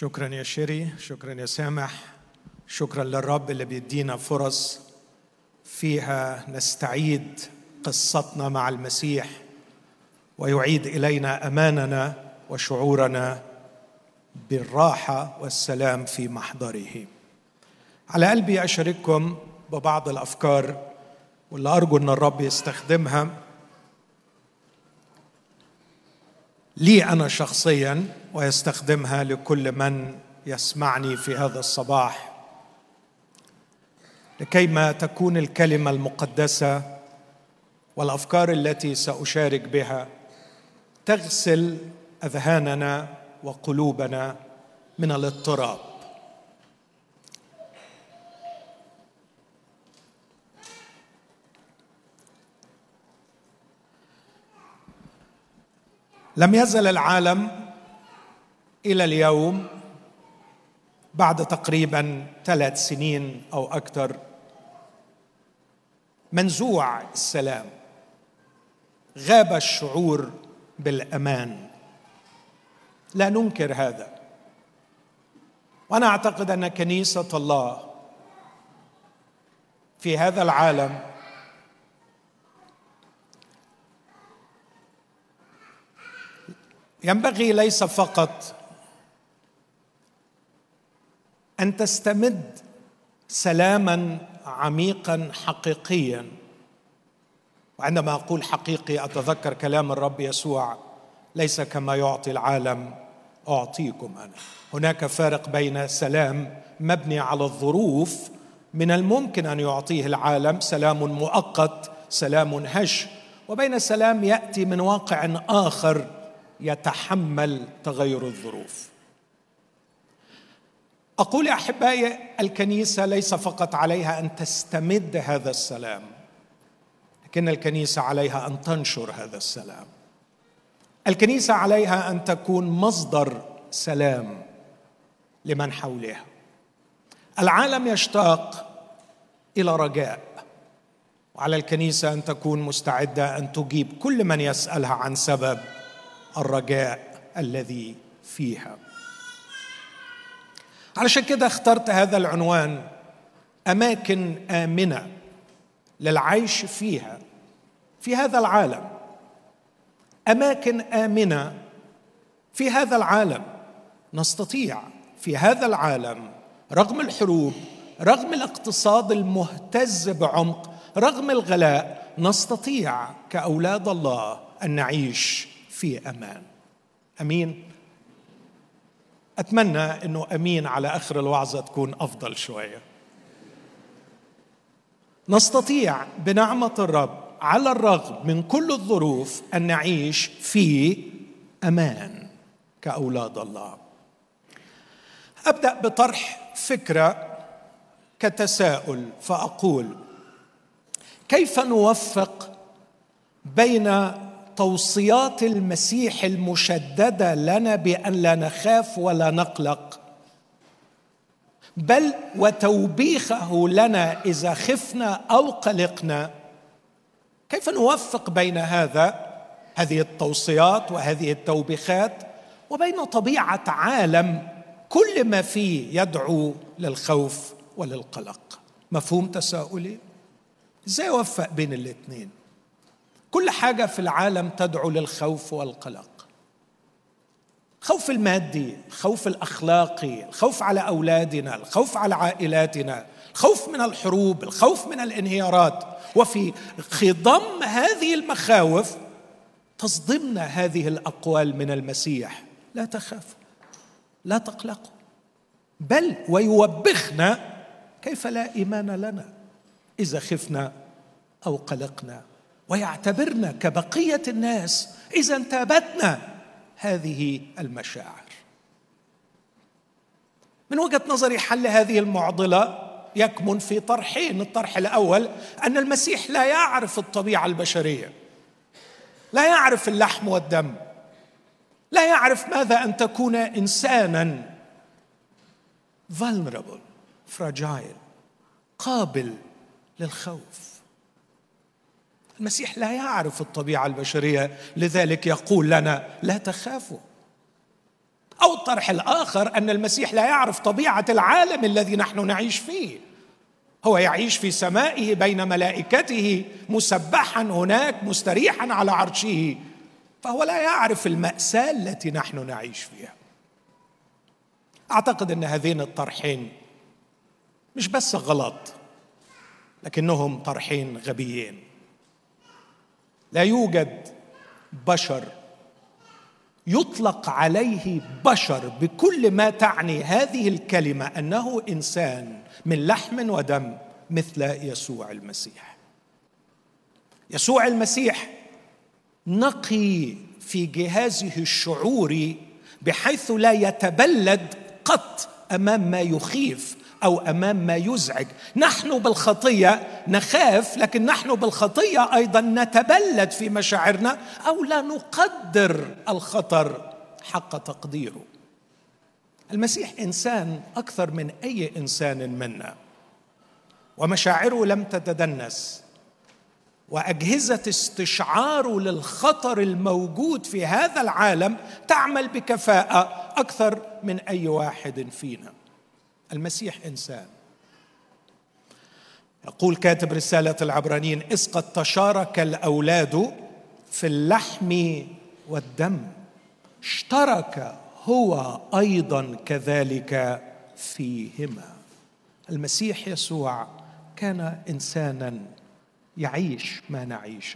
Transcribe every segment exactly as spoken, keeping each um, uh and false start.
شكرا يا شيري، شكرا يا سامح، شكرا للرب اللي بيدينا فرص فيها نستعيد قصتنا مع المسيح ويعيد إلينا أماننا وشعورنا بالراحة والسلام في محضره. على قلبي أشارككم ببعض الأفكار واللي أرجو أن الرب يستخدمها لي أنا شخصياً ويستخدمها لكل من يسمعني في هذا الصباح، لكيما تكون الكلمة المقدسة والأفكار التي سأشارك بها تغسل أذهاننا وقلوبنا من الاضطراب. لم يزل العالم إلى اليوم بعد تقريباً ثلاث سنين أو أكثر منزوع السلام، غاب الشعور بالأمان. لا ننكر هذا، وأنا أعتقد أن كنيسة الله في هذا العالم ينبغي ليس فقط أن تستمد سلاما عميقا حقيقيا، وعندما أقول حقيقي أتذكر كلام الرب يسوع: ليس كما يعطي العالم أعطيكم أنا. هناك فرق بين سلام مبني على الظروف من الممكن أن يعطيه العالم، سلام مؤقت، سلام هش، وبين سلام يأتي من واقع آخر يتحمل تغير الظروف. أقول يا أحبائي، الكنيسة ليس فقط عليها أن تستمد هذا السلام، لكن الكنيسة عليها أن تنشر هذا السلام. الكنيسة عليها أن تكون مصدر سلام لمن حولها. العالم يشتاق إلى رجاء، وعلى الكنيسة أن تكون مستعدة أن تجيب كل من يسألها عن سبب الرجاء الذي فيها. علشان كده اخترت هذا العنوان: أماكن آمنة للعيش فيها في هذا العالم. أماكن آمنة في هذا العالم. نستطيع في هذا العالم رغم الحروب، رغم الاقتصاد المهتز بعمق، رغم الغلاء، نستطيع كأولاد الله أن نعيش في أمان. أمين؟ أتمنى أنه أمين على آخر الوعظة تكون أفضل شوية. نستطيع بنعمة الرب على الرغم من كل الظروف أن نعيش في أمان كأولاد الله. أبدأ بطرح فكرة كتساؤل، فأقول: كيف نوفق بين توصيات المسيح المشددة لنا بأن لا نخاف ولا نقلق، بل وتوبيخه لنا إذا خفنا أو قلقنا؟ كيف نوفق بين هذا هذه التوصيات وهذه التوبيخات وبين طبيعة عالم كل ما فيه يدعو للخوف وللقلق؟ مفهوم تساؤلي؟ إزاي أوفق بين الاثنين؟ كل حاجة في العالم تدعو للخوف والقلق. الخوف المادي، الخوف الأخلاقي، الخوف على أولادنا، الخوف على عائلاتنا، الخوف من الحروب، الخوف من الانهيارات. وفي خضم هذه المخاوف تصدمنا هذه الأقوال من المسيح: لا تخافوا، لا تقلقوا، بل ويوبخنا: كيف لا إيمان لنا إذا خفنا أو قلقنا، ويعتبرنا كبقية الناس إذا انتابتنا هذه المشاعر. من وجهة نظري حل هذه المعضلة يكمن في طرحين. الطرح الأول أن المسيح لا يعرف الطبيعة البشرية، لا يعرف اللحم والدم، لا يعرف ماذا أن تكون إنسانا vulnerable fragile قابل للخوف. المسيح لا يعرف الطبيعة البشرية، لذلك يقول لنا: لا تخافوا. أو الطرح الآخر أن المسيح لا يعرف طبيعة العالم الذي نحن نعيش فيه، هو يعيش في سمائه بين ملائكته مسبحا هناك مستريحا على عرشه، فهو لا يعرف المأساة التي نحن نعيش فيها. أعتقد أن هذين الطرحين مش بس غلط، لكنهم طرحين غبيين. لا يوجد بشر يطلق عليه بشر بكل ما تعني هذه الكلمة أنه إنسان من لحم ودم مثل يسوع المسيح. يسوع المسيح نقي في جهازه الشعوري بحيث لا يتبلد قط أمام ما يخيف أو أمام ما يزعج. نحن بالخطية نخاف، لكن نحن بالخطية أيضا نتبلد في مشاعرنا أو لا نقدر الخطر حق تقديره. المسيح إنسان أكثر من أي إنسان منا، ومشاعره لم تتدنس، وأجهزة استشعاره للخطر الموجود في هذا العالم تعمل بكفاءة أكثر من أي واحد فينا. المسيح إنسان. يقول كاتب رسالة العبرانيين: إذ قد تشارك الأولاد في اللحم والدم اشترك هو أيضا كذلك فيهما. المسيح يسوع كان إنسانا يعيش ما نعيشه.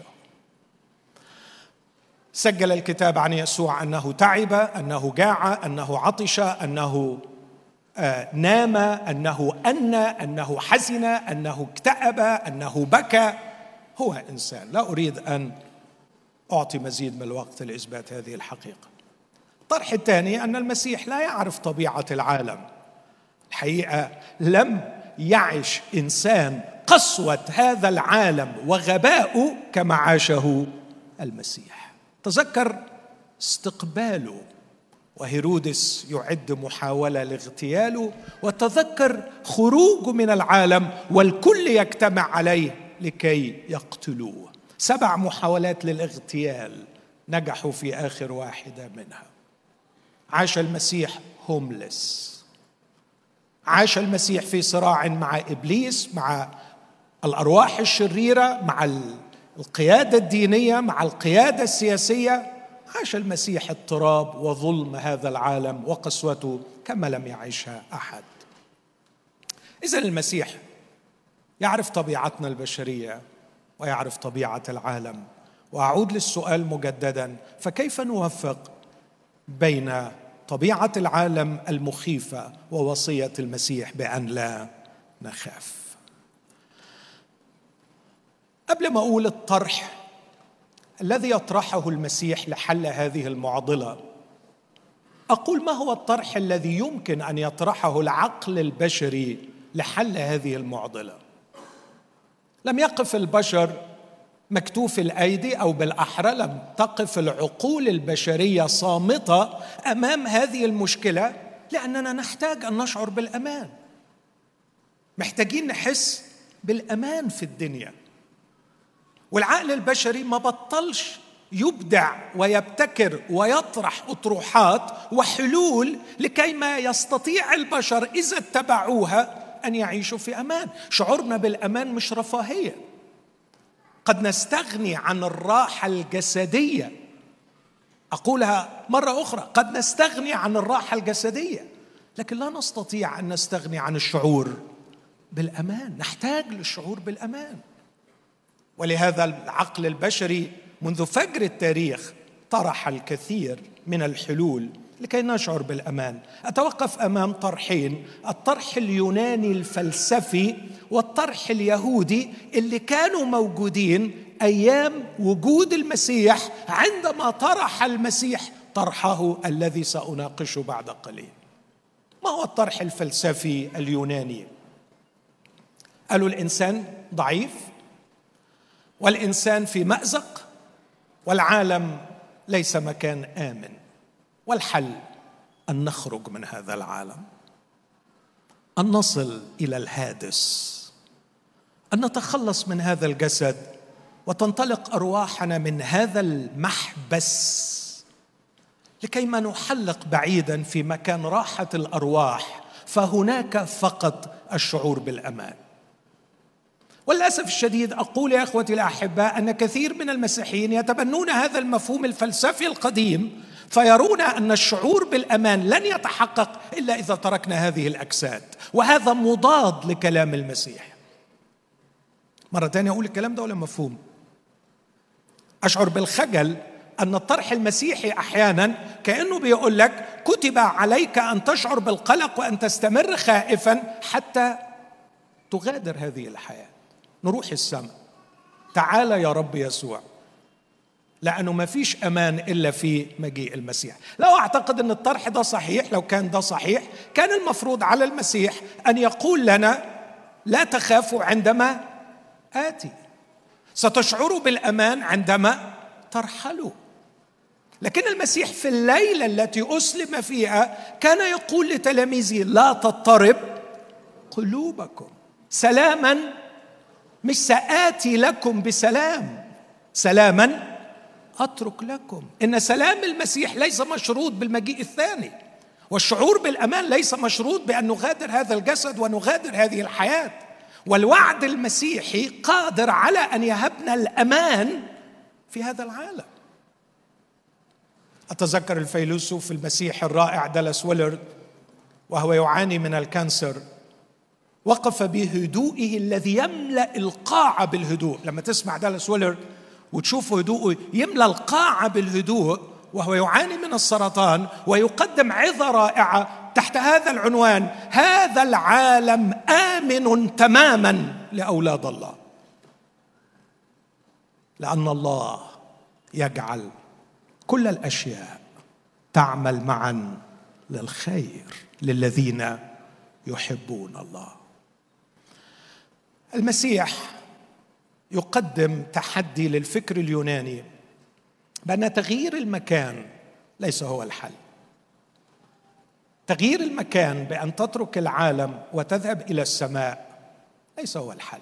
سجل الكتاب عن يسوع أنه تعب، أنه جاع، أنه عطش، أنه آه نام، أنه أنى، أنه حزن، أنه اكتئب، أنه بكى. هو إنسان. لا أريد أن أعطي مزيد من الوقت لإثبات هذه الحقيقة. الطرح الثاني أن المسيح لا يعرف طبيعة العالم. الحقيقة لم يعش إنسان قسوة هذا العالم وغباؤه كما عاشه المسيح. تذكر استقباله وهيرودس يعد محاولة لاغتياله، وتذكر خروجه من العالم والكل يجتمع عليه لكي يقتلوه. سبع محاولات للاغتيال نجحوا في آخر واحدة منها. عاش المسيح هوملس، عاش المسيح في صراع مع إبليس، مع الأرواح الشريرة، مع القيادة الدينية، مع القيادة السياسية. عاش المسيح اضطراب وظلم هذا العالم وقسوته كما لم يعيشها أحد. إذن المسيح يعرف طبيعتنا البشرية ويعرف طبيعة العالم. وأعود للسؤال مجددا: فكيف نوفق بين طبيعة العالم المخيفة ووصية المسيح بأن لا نخاف؟ قبل ما أقول الطرح الذي يطرحه المسيح لحل هذه المعضلة، أقول ما هو الطرح الذي يمكن أن يطرحه العقل البشري لحل هذه المعضلة. لم يقف البشر مكتوف الأيدي، أو بالأحرى لم تقف العقول البشرية صامتة أمام هذه المشكلة، لأننا نحتاج أن نشعر بالأمان. محتاجين نحس بالأمان في الدنيا. والعقل البشري ما بطلش يبدع ويبتكر ويطرح أطروحات وحلول لكي ما يستطيع البشر إذا اتبعوها أن يعيشوا في أمان. شعورنا بالأمان مش رفاهية. قد نستغني عن الراحة الجسدية، أقولها مرة أخرى، قد نستغني عن الراحة الجسدية، لكن لا نستطيع أن نستغني عن الشعور بالأمان. نحتاج للشعور بالأمان. ولهذا العقل البشري منذ فجر التاريخ طرح الكثير من الحلول لكي نشعر بالأمان. أتوقف أمام طرحين: الطرح اليوناني الفلسفي والطرح اليهودي اللي كانوا موجودين أيام وجود المسيح عندما طرح المسيح طرحه الذي سأناقشه بعد قليل. ما هو الطرح الفلسفي اليوناني؟ قالوا الإنسان ضعيف، والإنسان في مأزق، والعالم ليس مكان آمن، والحل أن نخرج من هذا العالم، أن نصل إلى الهادس، أن نتخلص من هذا الجسد وتنطلق أرواحنا من هذا المحبس لكي ما نحلق بعيدا في مكان راحة الأرواح، فهناك فقط الشعور بالأمان. وللأسف الشديد أقول يا أخوتي الأحباء أن كثير من المسيحيين يتبنون هذا المفهوم الفلسفي القديم، فيرون أن الشعور بالأمان لن يتحقق إلا إذا تركنا هذه الأجساد، وهذا مضاد لكلام المسيح. مرة ثانية أقول الكلام ده ولا مفهوم؟ أشعر بالخجل أن الطرح المسيحي أحيانا كأنه بيقول لك كتب عليك أن تشعر بالقلق وأن تستمر خائفا حتى تغادر هذه الحياة، نروح السماء. تعال يا رب يسوع، لأنه ما فيش أمان إلا في مجيء المسيح. لو أعتقد أن الطرح ده صحيح، لو كان ده صحيح، كان المفروض على المسيح أن يقول لنا لا تخافوا عندما آتي، ستشعروا بالأمان عندما ترحلوا. لكن المسيح في الليلة التي أسلم فيها كان يقول لتلاميذه لا تضطرب قلوبكم، سلاما، مش سآتي لكم بسلام، سلاما أترك لكم. إن سلام المسيح ليس مشروط بالمجيء الثاني، والشعور بالأمان ليس مشروط بأن نغادر هذا الجسد ونغادر هذه الحياة. والوعد المسيحي قادر على أن يهبنا الأمان في هذا العالم. أتذكر الفيلسوف المسيحي الرائع دالاس ويلرد وهو يعاني من الكانسر، وقف بهدوئه الذي يملأ القاعة بالهدوء. لما تسمع دالاس ويلرد وتشوف هدوءه يملأ القاعة بالهدوء وهو يعاني من السرطان، ويقدم عظة رائعة تحت هذا العنوان: هذا العالم آمن تماما لأولاد الله، لأن الله يجعل كل الأشياء تعمل معا للخير للذين يحبون الله. المسيح يقدم تحدي للفكر اليوناني بأن تغيير المكان ليس هو الحل. تغيير المكان بأن تترك العالم وتذهب إلى السماء ليس هو الحل.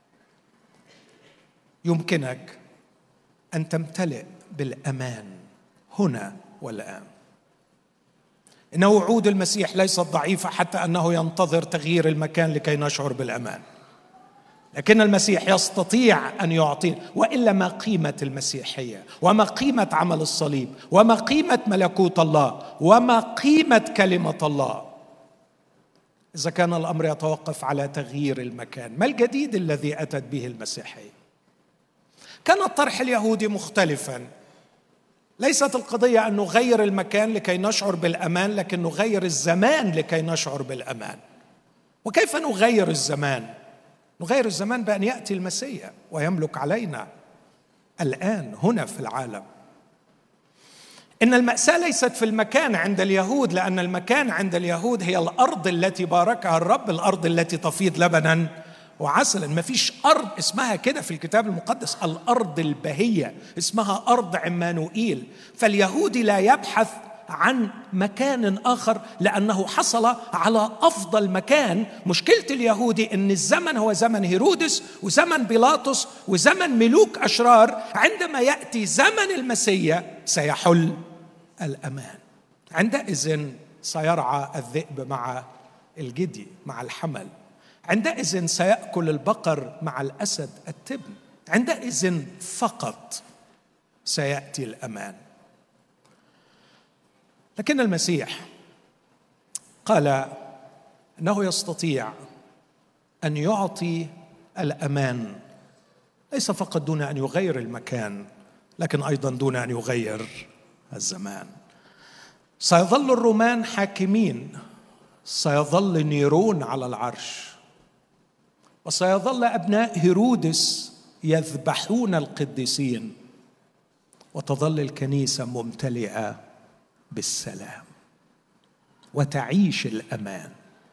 يمكنك أن تمتلئ بالأمان هنا والآن. إن وعود المسيح ليست ضعيفة حتى أنه ينتظر تغيير المكان لكي نشعر بالأمان، لكن المسيح يستطيع أن يعطينا. وإلا ما قيمة المسيحية، وما قيمة عمل الصليب، وما قيمة ملكوت الله، وما قيمة كلمة الله إذا كان الأمر يتوقف على تغيير المكان؟ ما الجديد الذي أتت به المسيحية؟ كان الطرح اليهودي مختلفاً. ليست القضية أن نغير المكان لكي نشعر بالأمان، لكن نغير الزمان لكي نشعر بالأمان. وكيف نغير الزمان؟ نغير الزمان بأن يأتي المسيح ويملك علينا الآن هنا في العالم. إن المأساة ليست في المكان عند اليهود، لأن المكان عند اليهود هي الأرض التي باركها الرب، الأرض التي تفيض لبنا وعسلا. ما فيش أرض اسمها كده في الكتاب المقدس، الأرض البهية اسمها أرض عمانوئيل. فاليهودي لا يبحث عن مكان آخر لأنه حصل على أفضل مكان. مشكلة اليهودي أن الزمن هو زمن هيرودس وزمن بيلاطس وزمن ملوك أشرار. عندما يأتي زمن المسيح سيحل الأمان. عندئذ سيرعى الذئب مع الجدي مع الحمل، عندئذ سيأكل البقر مع الأسد التبن، عندئذ فقط سيأتي الأمان. لكن المسيح قال أنه يستطيع أن يعطي الأمان، ليس فقط دون أن يغير المكان، لكن أيضا دون أن يغير الزمان. سيظل الرومان حاكمين، سيظل نيرون على العرش، وسيظل أبناء هيرودس يذبحون القديسين، وتظل الكنيسة ممتلئة بالسلام وتعيش الأمان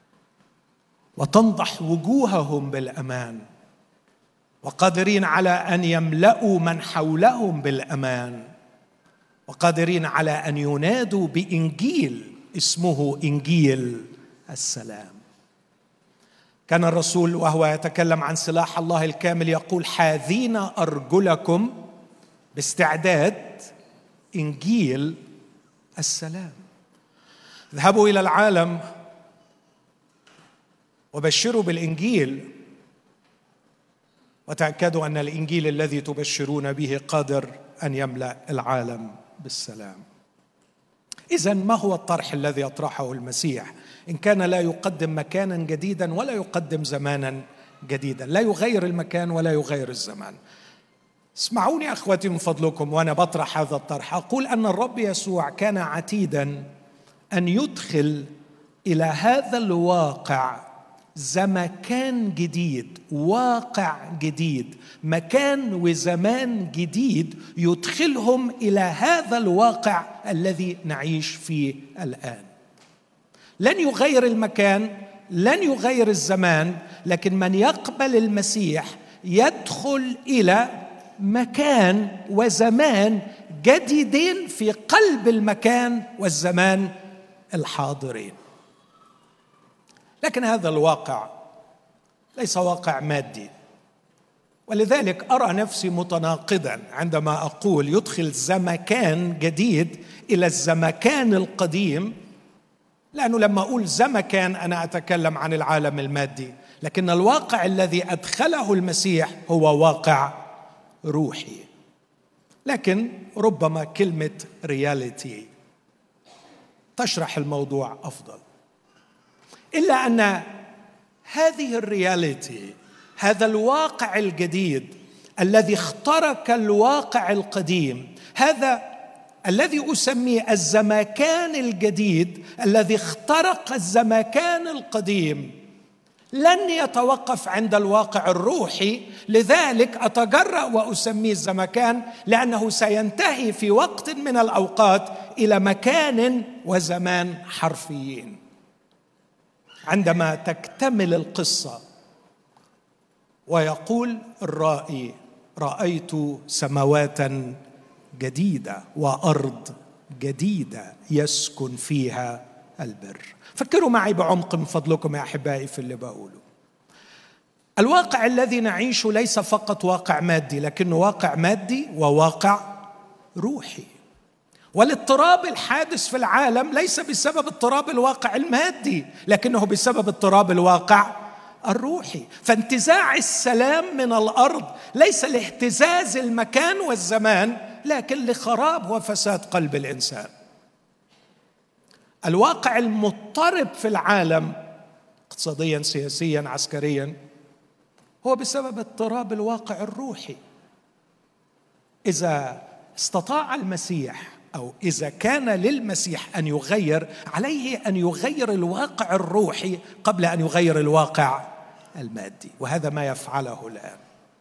وتنضح وجوههم بالأمان، وقادرين على أن يملأوا من حولهم بالأمان، وقادرين على أن ينادوا بإنجيل اسمه إنجيل السلام. كان الرسول وهو يتكلم عن سلاح الله الكامل يقول: حاذين أرجلكم باستعداد إنجيل السلام. اذهبوا إلى العالم وبشروا بالإنجيل، وتأكدوا أن الإنجيل الذي تبشرون به قادر أن يملأ العالم بالسلام. إذن ما هو الطرح الذي يطرحه المسيح إن كان لا يقدم مكانا جديدا ولا يقدم زمانا جديدا؟ لا يغير المكان ولا يغير الزمان. اسمعوني أخوتي من فضلكم وأنا بطرح هذا الطرح، أقول أن الرب يسوع كان عتيدا أن يدخل إلى هذا الواقع زمكان جديد، واقع جديد، مكان وزمان جديد يدخلهم إلى هذا الواقع الذي نعيش فيه الآن. لن يغير المكان، لن يغير الزمان، لكن من يقبل المسيح يدخل إلى مكان وزمان جديدين في قلب المكان والزمان الحاضرين. لكن هذا الواقع ليس واقع مادي، ولذلك أرى نفسي متناقضا عندما أقول يدخل زمكان جديد إلى الزمكان القديم، لأنه لما أقول زمكان أنا أتكلم عن العالم المادي، لكن الواقع الذي أدخله المسيح هو واقع روحي. لكن ربما كلمة رياليتي تشرح الموضوع أفضل، إلا أن هذه الرياليتي، هذا الواقع الجديد الذي اخترق الواقع القديم، هذا الذي أسميه الزمكان الجديد الذي اخترق الزمكان القديم، لن يتوقف عند الواقع الروحي. لذلك أتجرأ وأسميه الزمكان، لأنه سينتهي في وقت من الأوقات إلى مكان وزمان حرفيين. عندما تكتمل القصة ويقول الرائي: رأيت سماوات جديدة وأرض جديدة يسكن فيها البر. فكروا معي بعمق من فضلكم يا أحبائي في اللي بقوله. الواقع الذي نعيشه ليس فقط واقع مادي، لكنه واقع مادي وواقع روحي. والاضطراب الحادث في العالم ليس بسبب اضطراب الواقع المادي، لكنه بسبب اضطراب الواقع الروحي. فانتزاع السلام من الأرض ليس لاهتزاز المكان والزمان، لكن لخراب وفساد قلب الإنسان. الواقع المضطرب في العالم اقتصاديا، سياسيا، عسكريا، هو بسبب اضطراب الواقع الروحي. إذا استطاع المسيح أو إذا كان للمسيح أن يغير، عليه أن يغير الواقع الروحي قبل أن يغير الواقع المادي، وهذا ما يفعله الآن.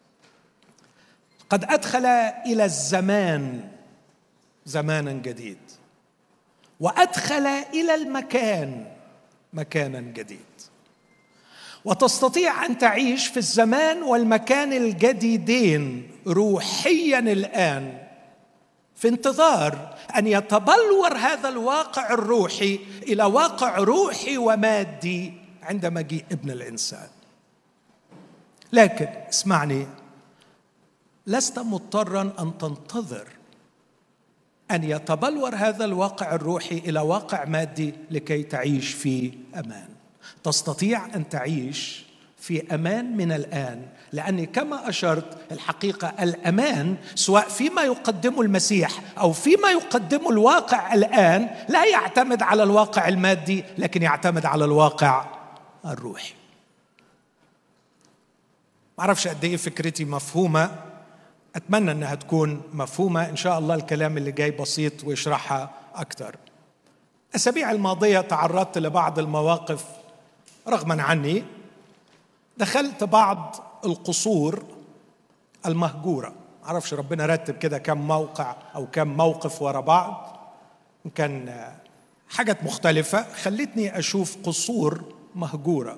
قد أدخل إلى الزمان زمانا جديد، وأدخل إلى المكان مكانا جديد، وتستطيع أن تعيش في الزمان والمكان الجديدين روحيا الآن، في انتظار أن يتبلور هذا الواقع الروحي إلى واقع روحي ومادي عند مجيء ابن الإنسان. لكن اسمعني، لست مضطرا أن تنتظر أن يتبلور هذا الواقع الروحي إلى واقع مادي لكي تعيش في أمان. تستطيع أن تعيش في أمان من الآن، لأني كما أشرت الحقيقة الأمان سواء فيما يقدمه المسيح أو فيما يقدمه الواقع الآن لا يعتمد على الواقع المادي، لكن يعتمد على الواقع الروحي. معرفش قد إيه فكرتي مفهومة، أتمنى أنها تكون مفهومة. إن شاء الله الكلام اللي جاي بسيط ويشرحها أكتر. الأسابيع الماضية تعرضت لبعض المواقف رغما عني. دخلت بعض القصور المهجورة، معرفش ربنا رتب كده كم موقع أو كم موقف ورا بعض، كان حاجات مختلفة خلتني أشوف قصور مهجورة،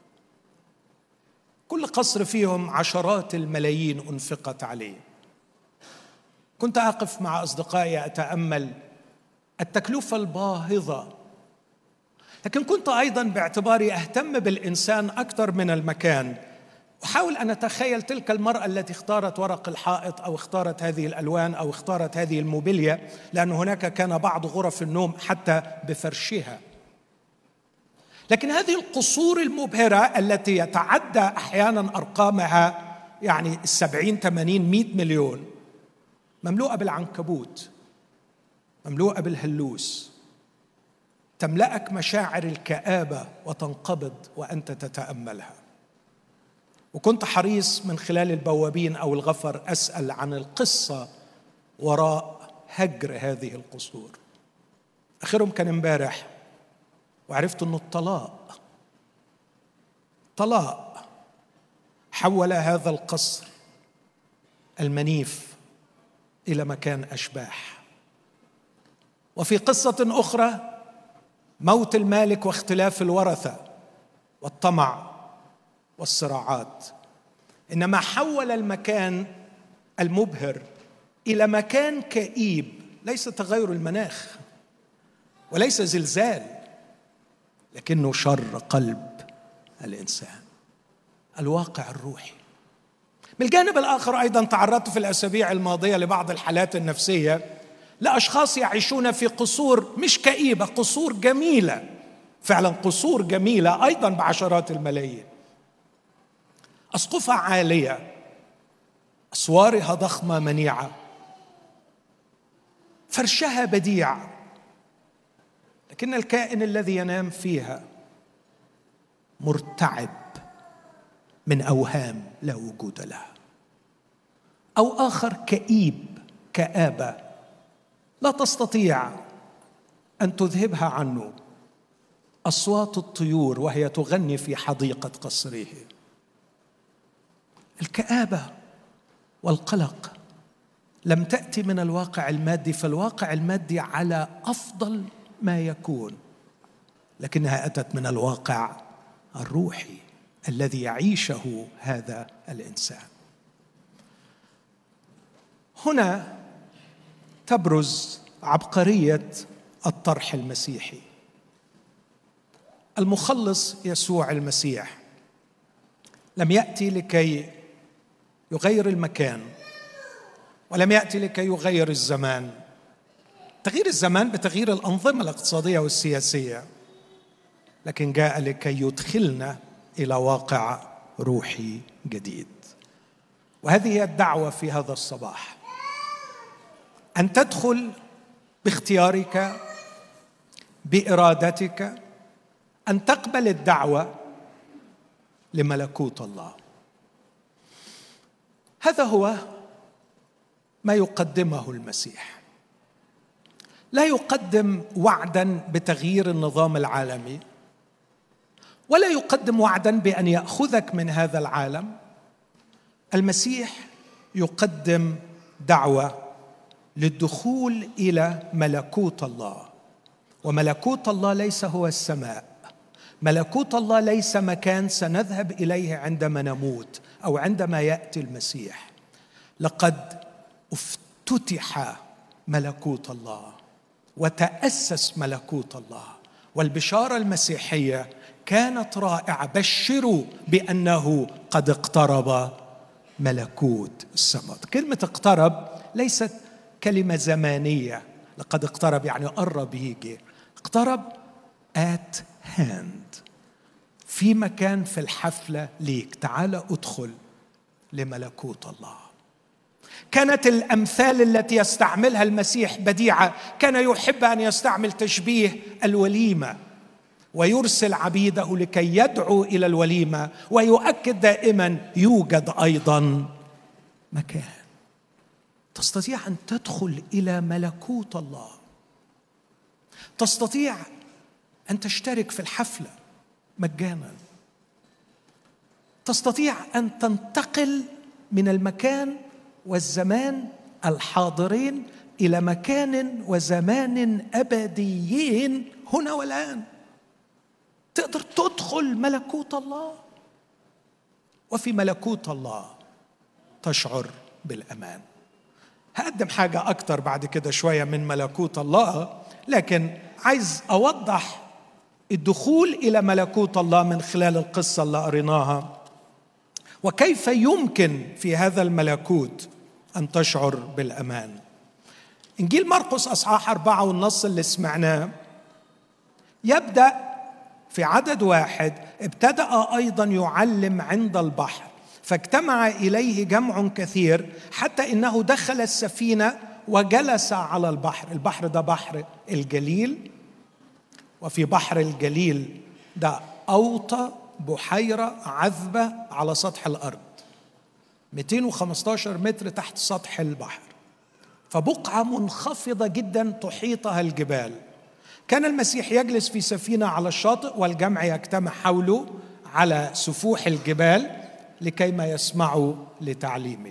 كل قصر فيهم عشرات الملايين أنفقت عليه. كنت أقف مع أصدقائي أتأمل التكلفة الباهظة، لكن كنت أيضا باعتباري أهتم بالإنسان أكثر من المكان أحاول أن أتخيل تلك المرأة التي اختارت ورق الحائط أو اختارت هذه الألوان أو اختارت هذه الموبيليا، لأن هناك كان بعض غرف النوم حتى بفرشها. لكن هذه القصور المبهرة التي يتعدى أحيانا أرقامها يعني السبعين ثمانين مئة مليون، مملوءة بالعنكبوت، مملوءة بالهلوس، تملأك مشاعر الكآبة وتنقبض وأنت تتأملها. وكنت حريص من خلال البوابين أو الغفر أسأل عن القصة وراء هجر هذه القصور. آخرهم كان امبارح، وعرفت أنه الطلاق طلاق حول هذا القصر المنيف إلى مكان أشباح. وفي قصة أخرى موت المالك واختلاف الورثة والطمع والصراعات، إنما حول المكان المبهر إلى مكان كئيب، ليس تغير المناخ وليس زلزال، لكنه شر قلب الإنسان، الواقع الروحي. من الجانب الآخر أيضا تعرضت في الأسابيع الماضية لبعض الحالات النفسية لأشخاص يعيشون في قصور مش كئيبة، قصور جميلة، فعلا قصور جميلة أيضا بعشرات الملايين، أسقفها عالية، أسوارها ضخمة منيعة، فرشها بديع، لكن الكائن الذي ينام فيها مرتعب من أوهام لا وجود لها. أو آخر كئيب كآبة لا تستطيع أن تذهبها عنه أصوات الطيور وهي تغني في حديقة قصره. الكآبة والقلق لم تأتي من الواقع المادي، فالواقع المادي على أفضل ما يكون، لكنها أتت من الواقع الروحي الذي يعيشه هذا الإنسان. هنا تبرز عبقرية الطرح المسيحي. المخلص يسوع المسيح لم يأتي لكي يغير المكان، ولم يأتي لكي يغير الزمان. تغيير الزمان بتغيير الأنظمة الاقتصادية والسياسية، لكن جاء لكي يدخلنا إلى واقع روحي جديد. وهذه هي الدعوة في هذا الصباح، أن تدخل باختيارك بإرادتك، أن تقبل الدعوة لملكوت الله. هذا هو ما يقدمه المسيح. لا يقدم وعداً بتغيير النظام العالمي، ولا يقدم وعداً بأن يأخذك من هذا العالم. المسيح يقدم دعوة للدخول إلى ملكوت الله. وملكوت الله ليس هو السماء، ملكوت الله ليس مكان سنذهب إليه عندما نموت أو عندما يأتي المسيح. لقد افتتح ملكوت الله وتأسس ملكوت الله، والبشارة المسيحية كانت رائعة. بشروا بأنه قد اقترب ملكوت السماء. كلمة اقترب ليست كلمة زمانية، لقد اقترب يعني قرب يجي، اقترب at hand، في مكان في الحفلة ليك، تعال ادخل لملكوت الله. كانت الأمثال التي يستعملها المسيح بديعة. كان يحب أن يستعمل تشبيه الوليمة ويرسل عبيده لكي يدعو إلى الوليمة، ويؤكد دائما يوجد أيضا مكان تستطيع أن تدخل إلى ملكوت الله. تستطيع أن تشترك في الحفلة مجانا، تستطيع أن تنتقل من المكان والزمان الحاضرين إلى مكان وزمان أبديين هنا والآن. تقدر تدخل ملكوت الله، وفي ملكوت الله تشعر بالأمان. هقدم حاجة أكتر بعد كده شوية من ملكوت الله، لكن عايز أوضح الدخول إلى ملكوت الله من خلال القصة اللي قريناها وكيف يمكن في هذا الملكوت أن تشعر بالأمان؟ إنجيل مرقس أصحاح أربعة والنص اللي سمعناه يبدأ في عدد واحد: ابتدأ أيضا يعلم عند البحر فاجتمع إليه جمع كثير حتى إنه دخل السفينة وجلس على البحر. البحر ده بحر الجليل، وفي بحر الجليل ده أوطى بحيرة عذبة على سطح الأرض مئتين وخمسة عشر متر تحت سطح البحر، فبقعة منخفضة جدا تحيطها الجبال. كان المسيح يجلس في سفينة على الشاطئ والجمع يجتمع حوله على سفوح الجبال لكيما يسمعوا لتعليمه.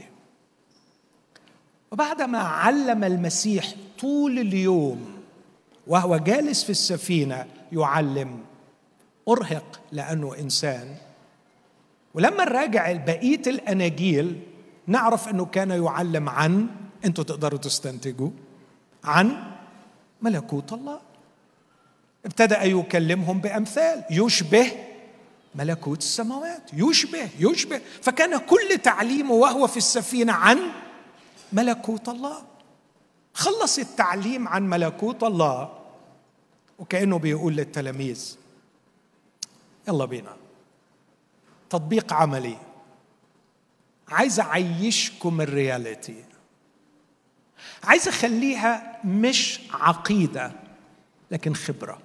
وبعدما علم المسيح طول اليوم وهو جالس في السفينة يعلم، أرهق لأنه إنسان. ولما نراجع بقية الأناجيل نعرف أنه كان يعلم عن، أنتوا تقدروا تستنتجوا، عن ملكوت الله. ابتدأ يكلمهم بأمثال يشبه ملكوت السماوات، يشبه يشبه فكان كل تعليمه وهو في السفينة عن ملكوت الله. خلص التعليم عن ملكوت الله وكأنه بيقول للتلاميذ يلا بينا تطبيق عملي، عايز أعيشكم الرياليتي، عايز أخليها مش عقيدة لكن خبرة.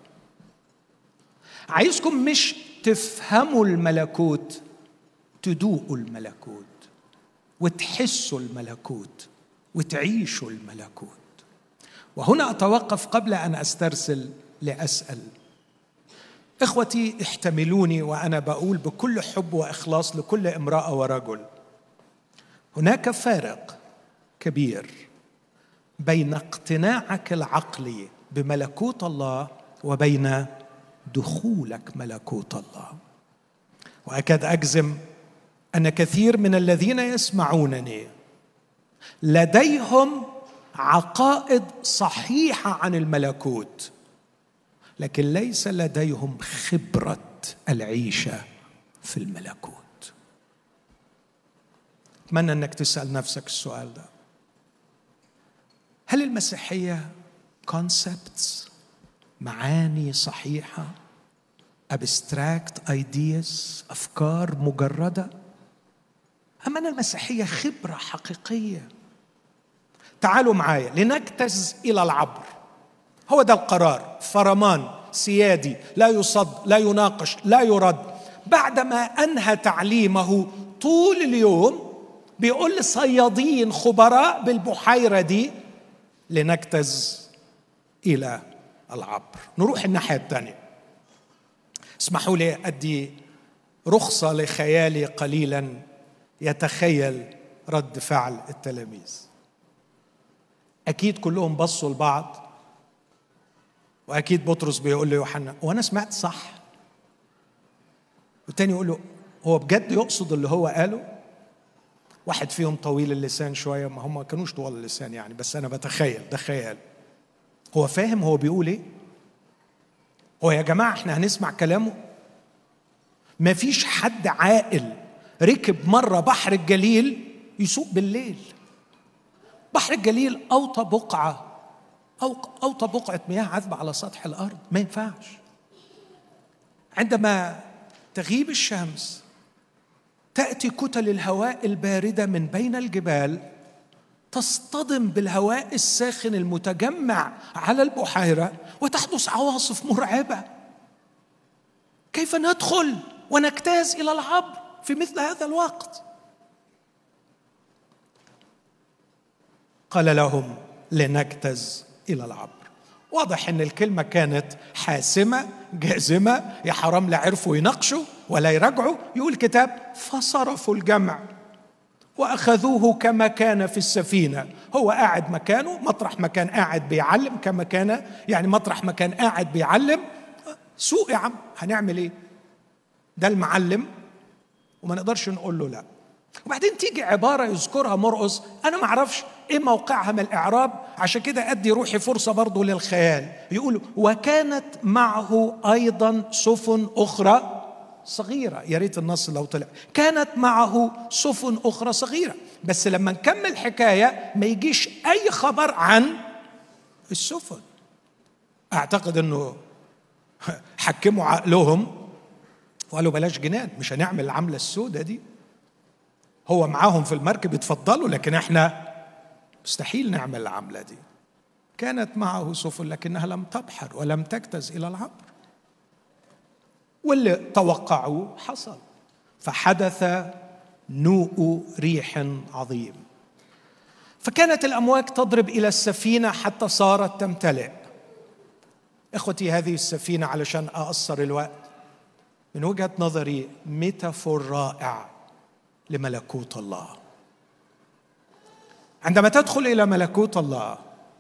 عايزكم مش تفهموا الملكوت، تدوقوا الملكوت وتحسوا الملكوت وتعيشوا الملكوت. وهنا أتوقف قبل أن أسترسل لأسأل. إخوتي احتملوني وأنا بقول بكل حب وإخلاص لكل امرأة ورجل، هناك فارق كبير بين اقتناعك العقلي بملكوت الله وبين دخولك ملكوت الله. وأكاد أجزم أن كثير من الذين يسمعونني لديهم عقائد صحيحة عن الملكوت لكن ليس لديهم خبرة العيشة في الملكوت. أتمنى أنك تسأل نفسك السؤال ده: هل المسيحية concepts، معاني صحيحة، abstract ideas، أفكار مجردة، أم أن المسيحية خبرة حقيقية؟ تعالوا معايا لنجتز إلى العبر. هو ده القرار، فرمان سيادي لا يصد لا يناقش لا يرد. بعدما أنهى تعليمه طول اليوم بيقول لصيادين خبراء بالبحيرة دي لنجتز إلى العبر. نروح الناحية الثانية. اسمحوا لي أدي رخصة لخيالي قليلا يتخيل رد فعل التلاميذ. أكيد كلهم بصوا لبعض، وأكيد بطرس بيقول له يوحنا وأنا سمعت صح، والتاني يقول له هو بجد يقصد اللي هو قاله؟ واحد فيهم طويل اللسان شوية، ما هم ما كانوش طوال اللسان يعني، بس أنا بتخيل ده خيال. هو فاهم هو بيقول إيه؟ هو يا جماعة إحنا هنسمع كلامه؟ ما فيش حد عاقل ركب مرة بحر الجليل يسوق بالليل. بحر الجليل أوطى بقعة أو أوطى بقعة مياه عذبة على سطح الأرض، ما ينفعش. عندما تغيب الشمس تأتي كتل الهواء الباردة من بين الجبال تصطدم بالهواء الساخن المتجمع على البحيرة وتحدث عواصف مرعبة. كيف ندخل ونجتاز إلى العبر في مثل هذا الوقت؟ قال لهم لنجتز إلى العبر. واضح أن الكلمة كانت حاسمة جازمة، يا حرام لا عرفوا يناقشوا ولا يراجعوا. يقول كتاب فصرفوا الجمع وأخذوه كما كان في السفينة. هو قاعد مكانه مطرح ما كان قاعد بيعلم، كما كان يعني مطرح ما كان قاعد بيعلم. سوق يا عم، هنعمل ايه؟ ده المعلم وما نقدرش نقول له لا. وبعدين تيجي عبارة يذكرها مرقس أنا ما أعرفش إيه موقعها من الإعراب، عشان كده أدي روحي فرصة برضو للخيال. يقول وكانت معه أيضا سفن أخرى صغيرة. يا ريت النص لو طلع. كانت معه سفن أخرى صغيرة. بس لما نكمل حكاية ما يجيش أي خبر عن السفن. أعتقد أنه حكموا عقلهم وقالوا بلاش جنان، مش هنعمل العملة السوداء دي. هو معاهم في المركب يتفضلوا، لكن احنا مستحيل نعمل العملة دي. كانت معه سفن لكنها لم تبحر ولم تجتز إلى العبر. واللي توقعوا حصل، فحدث نوء ريح عظيم، فكانت الأمواج تضرب إلى السفينة حتى صارت تمتلئ. إخوتي، هذه السفينة علشان أقصر الوقت من وجهة نظري ميتافور رائع لملكوت الله. عندما تدخل إلى ملكوت الله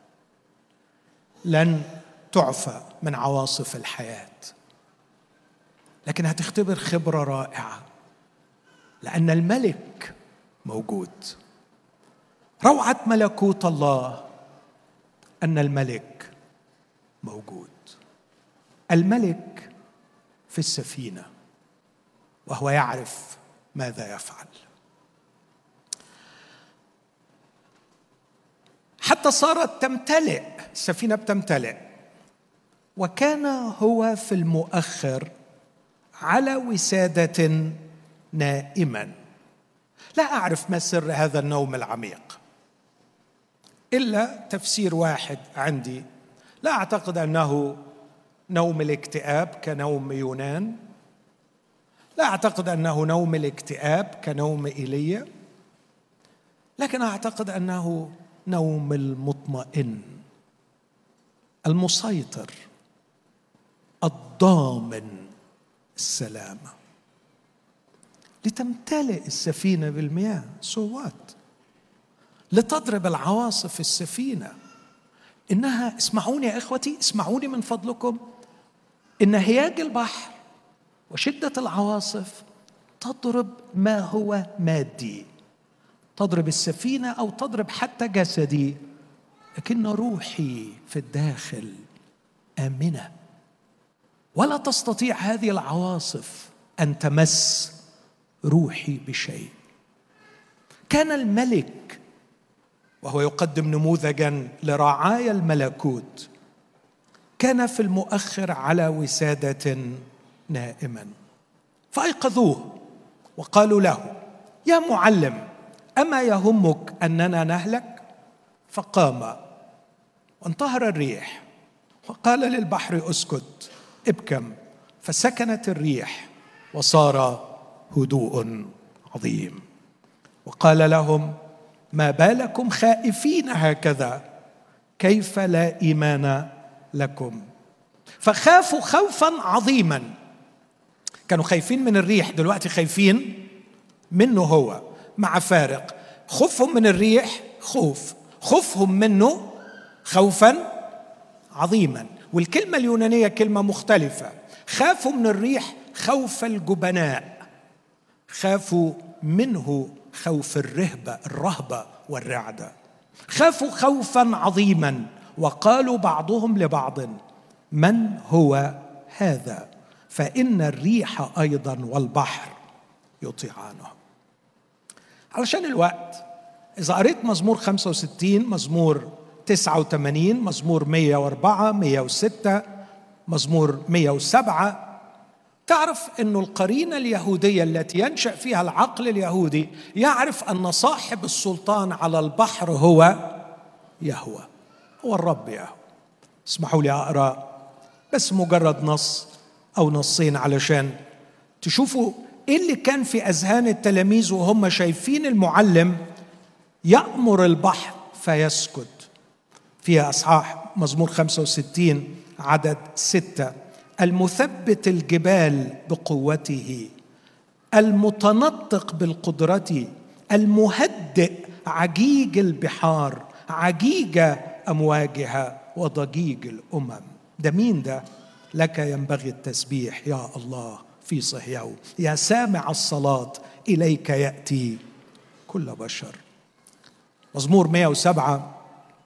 لن تعفى من عواصف الحياة، لكن هتختبر خبرة رائعة لأن الملك موجود. روعة ملكوت الله أن الملك موجود. الملك في السفينة وهو يعرف ماذا يفعل. حتى صارت تمتلئ، السفينة بتمتلئ، وكان هو في المؤخر على وسادة نائما. لا أعرف ما سر هذا النوم العميق، إلا تفسير واحد عندي. لا أعتقد أنه نوم الاكتئاب كنوم يونان، لا أعتقد أنه نوم الاكتئاب كنوم إيليا، لكن أعتقد أنه نوم المطمئن المسيطر الضامن السلامة. لتمتلئ السفينة بالمياه، سوات لتضرب العواصف السفينة. إنها، اسمعوني يا إخوتي، اسمعوني من فضلكم، إن هياج البحر وشدة العواصف تضرب ما هو مادي، تضرب السفينة أو تضرب حتى جسدي، لكن روحي في الداخل آمنة، ولا تستطيع هذه العواصف أن تمس روحي بشيء. كان الملك وهو يقدم نموذجاً لرعايا الملكوت كان في المؤخر على وسادة نائما، فأيقظوه وقالوا له: يا معلم، أما يهمك أننا نهلك؟ فقام وانتهر الريح وقال للبحر: اسكت، ابكم، فسكنت الريح وصار هدوء عظيم. وقال لهم: ما بالكم خائفين هكذا؟ كيف لا إيمان لكم؟ فخافوا خوفا عظيما. كانوا خايفين من الريح، دلوقتي خايفين منه هو، مع فارق. خوفهم من الريح خوف، خوفهم منه خوفا عظيما. والكلمة اليونانية كلمة مختلفة. خافوا من الريح خوف الجبناء، خافوا منه خوف الرهبة الرهبة والرعدة. خافوا خوفا عظيما وقالوا بعضهم لبعض: من هو هذا؟ فإن الريح أيضا والبحر يطيعانه. علشان الوقت، إذا قريت مزمور خمسة وستين، مزمور تسعة وثمانين، مزمور مئة وأربعة، مئة وستة، مزمور مئة وسبعة، تعرف أن القرينة اليهودية التي ينشأ فيها العقل اليهودي يعرف أن صاحب السلطان على البحر هو يهوه، هو الرب يهوه. اسمحوا لي أقرأ بس مجرد نص أو نصين علشان تشوفوا إيه اللي كان في أذهان التلاميذ وهم شايفين المعلم يأمر البحر فيسكت. في أصحاح مزمور خمسة وستين عدد ستة: المثبت الجبال بقوته، المتنطق بالقدرة، المهدئ عجيج البحار، عجيج أمواجها وضجيج الأمم. ده مين ده؟ لك ينبغي التسبيح يا الله في صهيون، يا سامع الصلاة إليك يأتي كل بشر. مزمور مئة وسبعة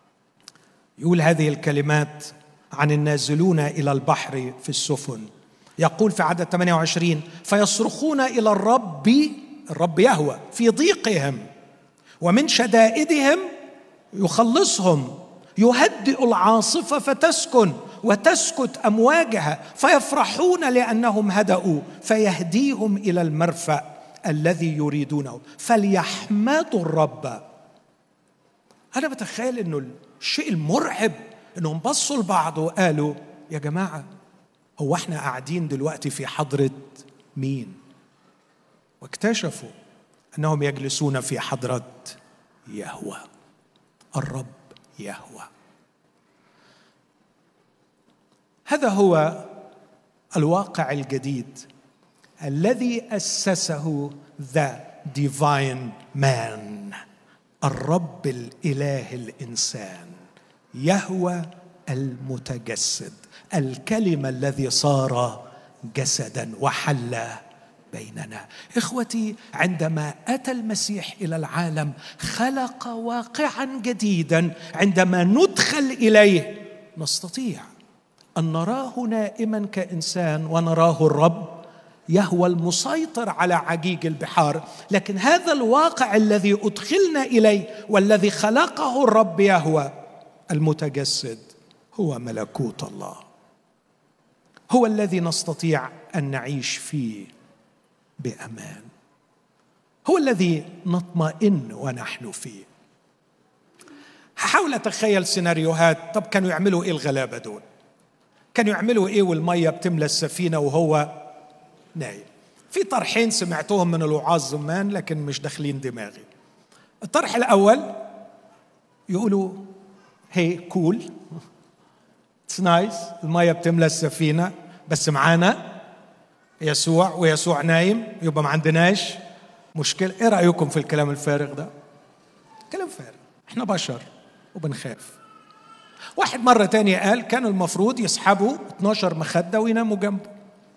يقول هذه الكلمات عن النازلون إلى البحر في السفن: يقول في عدد ثمانية وعشرين: فيصرخون إلى الرب، الرب يهوه، في ضيقهم، ومن شدائدهم يخلصهم، يهدئ العاصفة فتسكن وتسكت أمواجها، فيفرحون لأنهم هدأوا، فيهديهم إلى المرفأ الذي يريدونه، فليحمدوا الرب. أنا بتخيل إنه الشيء المرعب إنهم بصوا لبعض وقالوا: يا جماعة، هو احنا قاعدين دلوقتي في حضرة مين؟ واكتشفوا أنهم يجلسون في حضرة يهوه، الرب يهوه. هذا هو الواقع الجديد الذي أسسه The Divine Man، الرب الإله الإنسان، يهوه المتجسد، الكلمة الذي صار جسدا وحل بيننا. إخوتي، عندما أتى المسيح إلى العالم خلق واقعا جديدا، عندما ندخل إليه نستطيع أن نراه نائما كإنسان ونراه الرب يهوه المسيطر على عجيج البحار. لكن هذا الواقع الذي أدخلنا إليه والذي خلقه الرب يهوه المتجسد هو ملكوت الله، هو الذي نستطيع أن نعيش فيه بأمان، هو الذي نطمئن ونحن فيه. هحاول أتخيل سيناريوهات. طب كانوا يعملوا إيه الغلابة دول؟ كانوا يعملوا إيه والمية بتملى السفينة وهو نايم؟ في طرحين سمعتهم من الوعاظ زمان لكن مش داخلين دماغي. الطرح الأول يقولوا: هي كول، اتس نايس، المية بتملى السفينة بس معانا يسوع، ويسوع نايم، يبقى ما عندناش مشكلة. ايه رأيكم في الكلام الفارغ ده؟ كلام فارغ، احنا بشر وبنخاف. واحد مرة تانية قال: كان المفروض يسحبوا اتناشر مخدة ويناموا جنبه.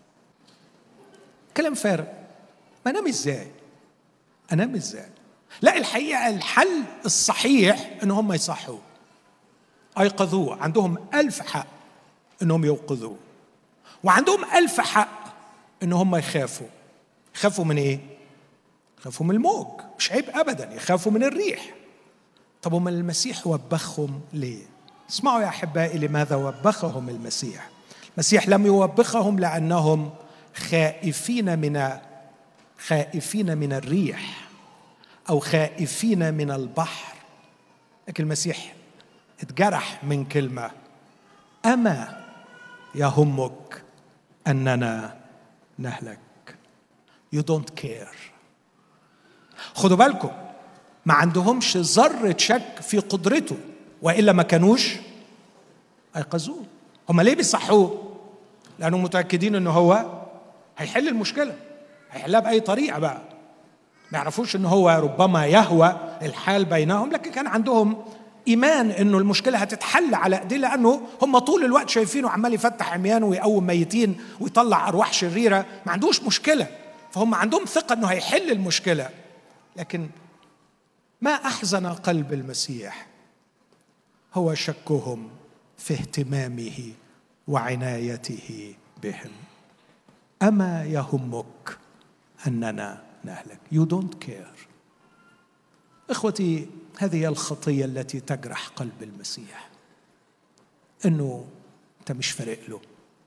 كلام فارغ. ما انام ازاي؟ انام ازاي؟ لا، الحقيقة الحل الصحيح ان هم يصحوه، ايقظوه. عندهم ألف حق انهم يوقظوه، وعندهم ألف حق ان هم يخافوا. يخافوا من ايه؟ يخافوا من الموج، مش عيب ابدا يخافوا من الريح. طب ومن المسيح وبخهم ليه؟ اسمعوا يا احبائي لماذا وبخهم المسيح. المسيح لم يوبخهم لانهم خائفين من خائفين من الريح او خائفين من البحر، لكن المسيح اتجرح من كلمة: أما يهمك أننا نهلك. You don't care. خدوا بالكم، ما عندهمش ذرة شك في قدرته، وإلا ما كانوش أيقظوه. هم ليه بيصحوه؟ لأنهم متأكدين أنه هو هيحل المشكلة، هيحلها بأي طريقة بقى. ما يعرفوش أنه هو ربما يهوى الحال بينهم، لكن كان عندهم إيمان أنه المشكلة هتتحل على إيديه، لأنه هم طول الوقت شايفينه عمال يفتح عميان ويقوم ميتين ويطلع أرواح شريرة، ما عندوش مشكلة، فهم عندهم ثقة أنه هيحل المشكلة. لكن ما أحزن قلب المسيح هو شكهم في اهتمامه وعنايته بهم. أما يهمك أننا نهلك. You don't care. إخوتي، هذه الخطية التي تجرح قلب المسيح، إنه أنت مش فارق له،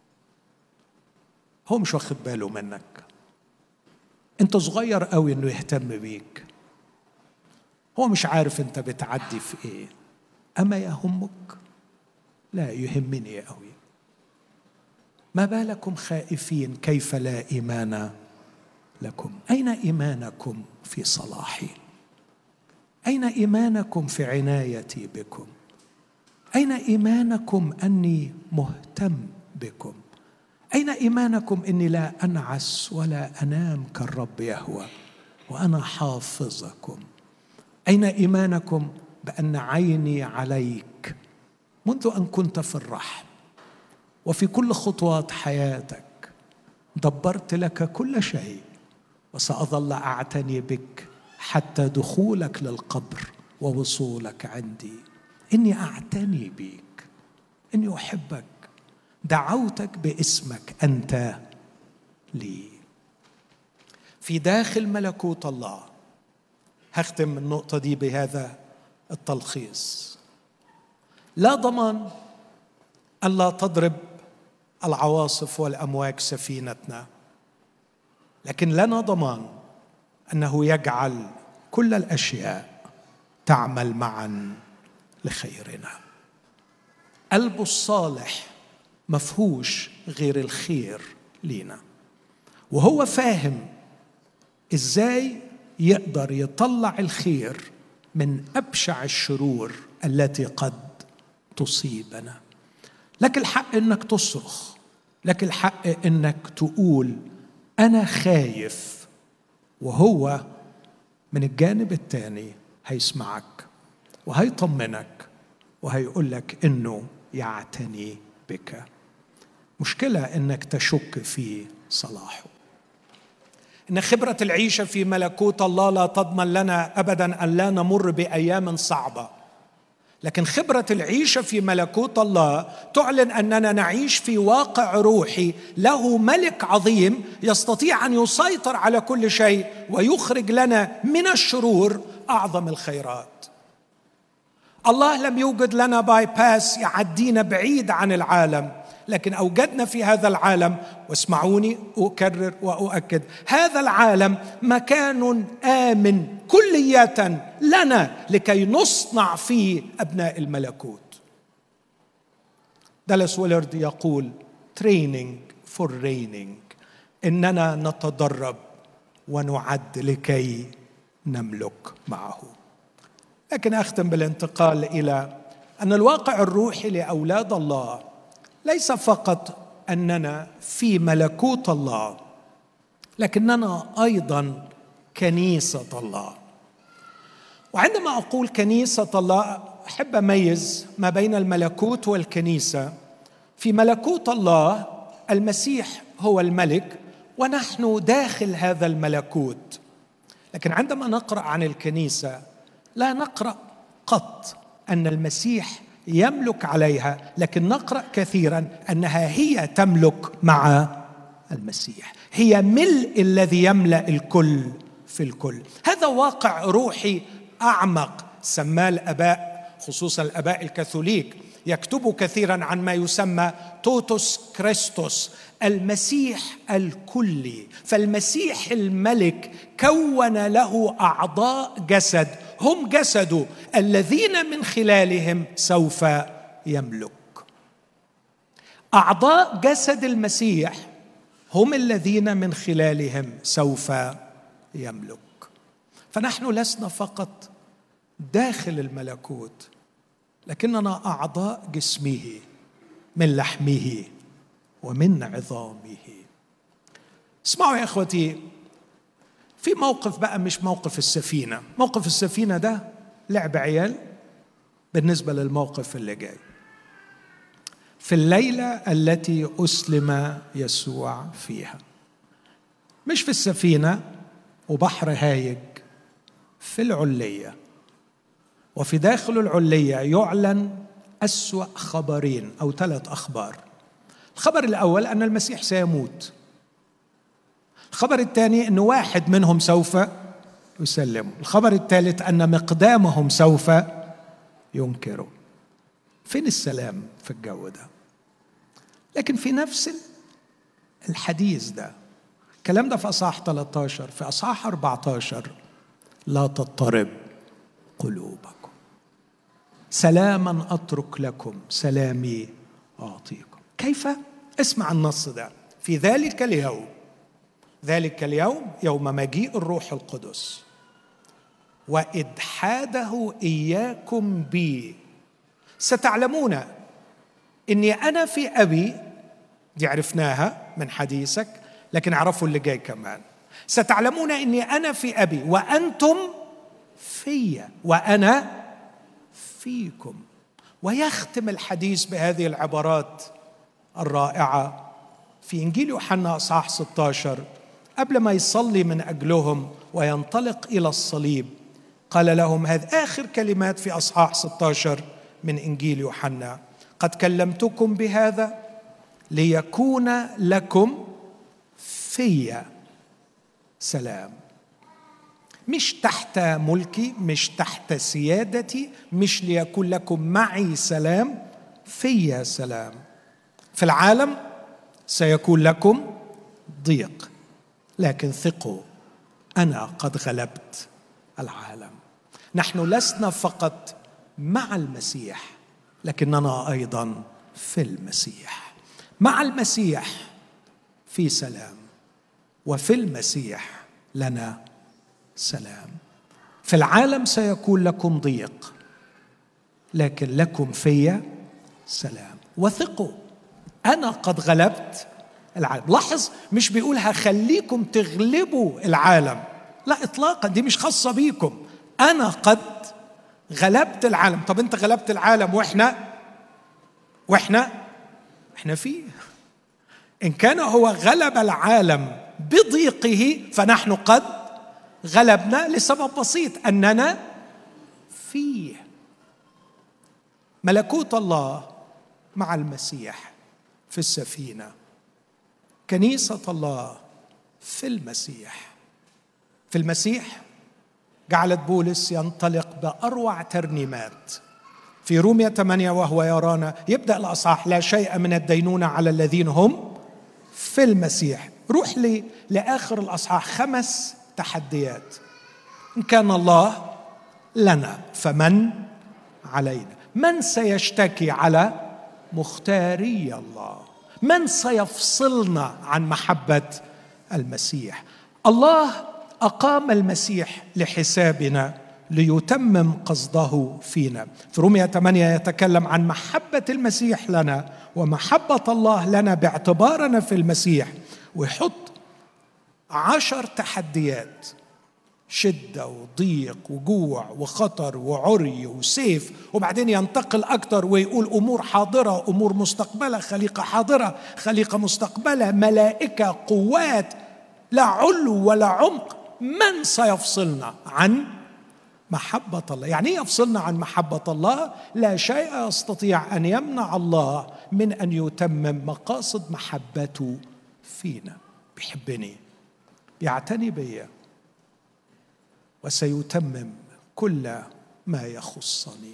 هو مش واخد باله منك، أنت صغير قوي إنه يهتم بيك، هو مش عارف أنت بتعدي في إيه. أما يهمك؟ لا يهمني قوي. ما بالكم خائفين؟ كيف لا إيمان لكم؟ أين إيمانكم في صلاحي؟ أين إيمانكم في عنايتي بكم؟ أين إيمانكم أني مهتم بكم؟ أين إيمانكم أني لا أنعس ولا أنام كالرب يهوه وأنا حافظكم؟ أين إيمانكم بأن عيني عليك منذ أن كنت في الرحم وفي كل خطوات حياتك؟ دبرت لك كل شيء وسأظل أعتني بك حتى دخولك للقبر ووصولك عندي. إني أعتني بيك، إني أحبك، دعوتك باسمك، أنت لي. في داخل ملكوت الله، هختم النقطة دي بهذا التلخيص، لا ضمان ألا تضرب العواصف والأمواج سفينتنا، لكن لنا ضمان أنه يجعل كل الأشياء تعمل معا لخيرنا. قلبه الصالح مفهوش غير الخير لينا، وهو فاهم إزاي يقدر يطلع الخير من أبشع الشرور التي قد تصيبنا. لك الحق إنك تصرخ، لك الحق إنك تقول أنا خايف، وهو من الجانب الثاني هيسمعك وهيطمنك وهيقول لك إنه يعتني بك. مشكلة إنك تشك في صلاحه. إن خبرة العيشة في ملكوت الله لا تضمن لنا أبداً أن لا نمر بأيام صعبة، لكن خبرة العيشة في ملكوت الله تعلن أننا نعيش في واقع روحي له ملك عظيم يستطيع أن يسيطر على كل شيء ويخرج لنا من الشرور أعظم الخيرات. الله لم يوجد لنا باي باس يعدينا بعيد عن العالم، لكن أوجدنا في هذا العالم، واسمعوني أكرر وأؤكد، هذا العالم مكان آمن كلية لنا لكي نصنع فيه أبناء الملكوت. دالاس ويلرد يقول training for reigning، إننا نتدرب ونعد لكي نملك معه. لكن أختم بالانتقال إلى أن الواقع الروحي لأولاد الله ليس فقط أننا في ملكوت الله، لكننا أيضا كنيسة الله. وعندما أقول كنيسة الله أحب أميز ما بين الملكوت والكنيسة. في ملكوت الله المسيح هو الملك ونحن داخل هذا الملكوت، لكن عندما نقرأ عن الكنيسة لا نقرأ قط أن المسيح يملك عليها، لكن نقرأ كثيرا أنها هي تملك مع المسيح، هي ملء الذي يملأ الكل في الكل. هذا واقع روحي أعمق سماه الآباء، خصوصا الآباء الكاثوليك، يكتبوا كثيرا عن ما يسمى توتوس كريستوس، المسيح الكلي. فالمسيح الملك كون له أعضاء جسد هم جسده الذين من خلالهم سوف يملك. أعضاء جسد المسيح هم الذين من خلالهم سوف يملك. فنحن لسنا فقط داخل الملكوت، لكننا أعضاء جسمه من لحمه ومن عظامه. اسمعوا يا إخوتي، في موقف بقى مش موقف السفينة. موقف السفينة ده لعب عيال بالنسبة للموقف اللي جاي. في الليلة التي أسلم يسوع فيها، مش في السفينة وبحر هايج، في العلية. وفي داخل العلية يعلن أسوأ خبرين أو ثلاث أخبار. الخبر الأول أن المسيح سيموت. الخبر الثاني أن واحد منهم سوف يسلمه. الخبر الثالث أن مقدامهم سوف ينكره. فين السلام في الجو ده؟ لكن في نفس الحديث ده، الكلام ده في أصحاح ثلاثة عشر، في أصحاح أربعة عشر، لا تضطرب قلوبكم، سلاما أترك لكم، سلامي أعطيكم. كيف؟ اسمع النص ده. في ذلك اليوم، ذلك اليوم يوم مجيء الروح القدس وإدحاده إياكم بي، ستعلمون إني أنا في أبي. دي عرفناها من حديثك، لكن اعرفوا اللي جاي كمان. ستعلمون إني أنا في أبي وأنتم في وأنا فيكم. ويختم الحديث بهذه العبارات الرائعة في إنجيل يوحنا أصحاح ستة عشر، قبل ما يصلي من أجلهم وينطلق إلى الصليب، قال لهم هذه آخر كلمات في أصحاح ستة عشر من إنجيل يوحنا: قد كلمتكم بهذا ليكون لكم في سلام. مش تحت ملكي، مش تحت سيادتي، مش ليكون لكم معي سلام، في سلام. في العالم سيكون لكم ضيق، لكن ثقوا أنا قد غلبت العالم. نحن لسنا فقط مع المسيح، لكننا أيضا في المسيح. مع المسيح في سلام، وفي المسيح لنا سلام. في العالم سيكون لكم ضيق، لكن لكم في سلام. وثقوا أنا قد غلبت العالم. لاحظ، مش بيقول هخليكم تغلبوا العالم، لا إطلاقا، دي مش خاصة بيكم. أنا قد غلبت العالم. طب أنت غلبت العالم وإحنا وإحنا إحنا فيه. إن كان هو غلب العالم بضيقه، فنحن قد غلبنا لسبب بسيط، أننا فيه. ملكوت الله مع المسيح في السفينة، كنيسة الله في المسيح. في المسيح جعلت بولس ينطلق بأروع ترنيمات في رومية ثمانية، وهو يرانا، يبدأ الأصحاح: لا شيء من الدينونة على الذين هم في المسيح. روح لي لآخر الأصحاح، خمس تحديات. إن كان الله لنا فمن علينا؟ من سيشتكي على مختاري الله؟ من سيفصلنا عن محبة المسيح؟ الله أقام المسيح لحسابنا ليتمم قصده فينا. في رومية ثمانية يتكلم عن محبة المسيح لنا ومحبة الله لنا باعتبارنا في المسيح، ويحط عشر تحديات: شدة وضيق وجوع وخطر وعري وسيف، وبعدين ينتقل أكتر ويقول أمور حاضرة، أمور مستقبلة، خليقة حاضرة، خليقة مستقبلة، ملائكة، قوات، لا علو ولا عمق. من سيفصلنا عن محبة الله؟ يعني ايه يفصلنا عن محبة الله؟ لا شيء يستطيع أن يمنع الله من أن يتمم مقاصد محبته فينا. بيحبني، يعتني بي، وسيتمم كل ما يخصني.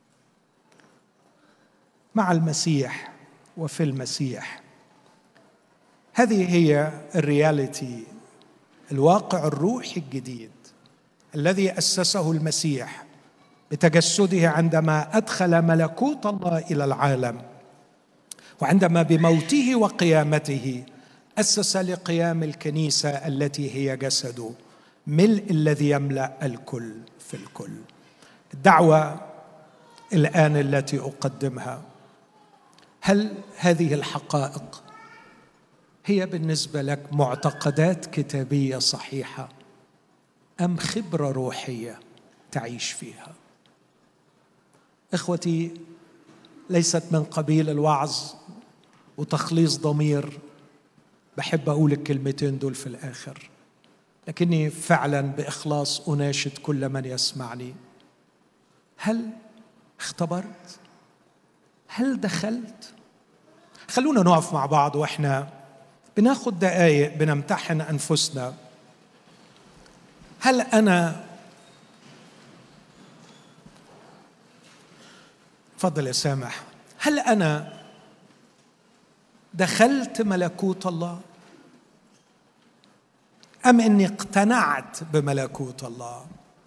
مع المسيح وفي المسيح، هذه هي الرياليتي، الواقع الروحي الجديد الذي أسسه المسيح بتجسده عندما أدخل ملكوت الله إلى العالم، وعندما بموته وقيامته أسس لقيام الكنيسة التي هي جسده، ملء الذي يملأ الكل في الكل. الدعوة الآن التي أقدمها، هل هذه الحقائق هي بالنسبة لك معتقدات كتابية صحيحة أم خبرة روحية تعيش فيها؟ إخوتي، ليست من قبيل الوعظ وتخليص ضمير، بحب أقول الكلمتين دول في الآخر، لكني فعلا بإخلاص أناشد كل من يسمعني: هل اختبرت؟ هل دخلت؟ خلونا نقف مع بعض وإحنا بناخد دقايق بنمتحن أنفسنا. هل أنا، تفضل يا سامح، هل أنا دخلت ملكوت الله أم إني اقتنعت بملكوت الله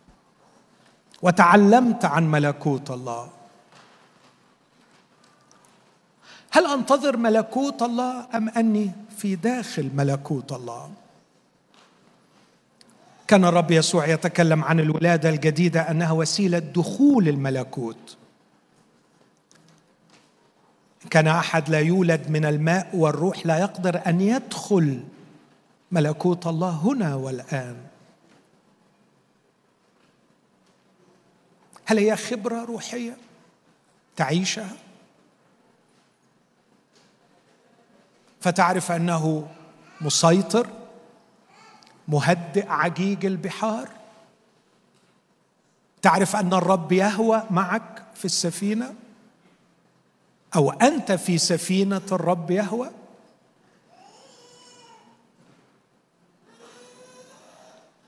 وتعلمت عن ملكوت الله؟ هل أنتظر ملكوت الله أم أني في داخل ملكوت الله؟ كان الرب يسوع يتكلم عن الولادة الجديدة أنها وسيلة دخول الملكوت. كان أحد لا يولد من الماء والروح لا يقدر أن يدخل ملكوت الله هنا والآن. هل هي خبرة روحية تعيشها فتعرف أنه مسيطر، مهدئ عجيج البحار؟ تعرف أن الرب يهوى معك في السفينة، أو أنت في سفينة الرب يهوى؟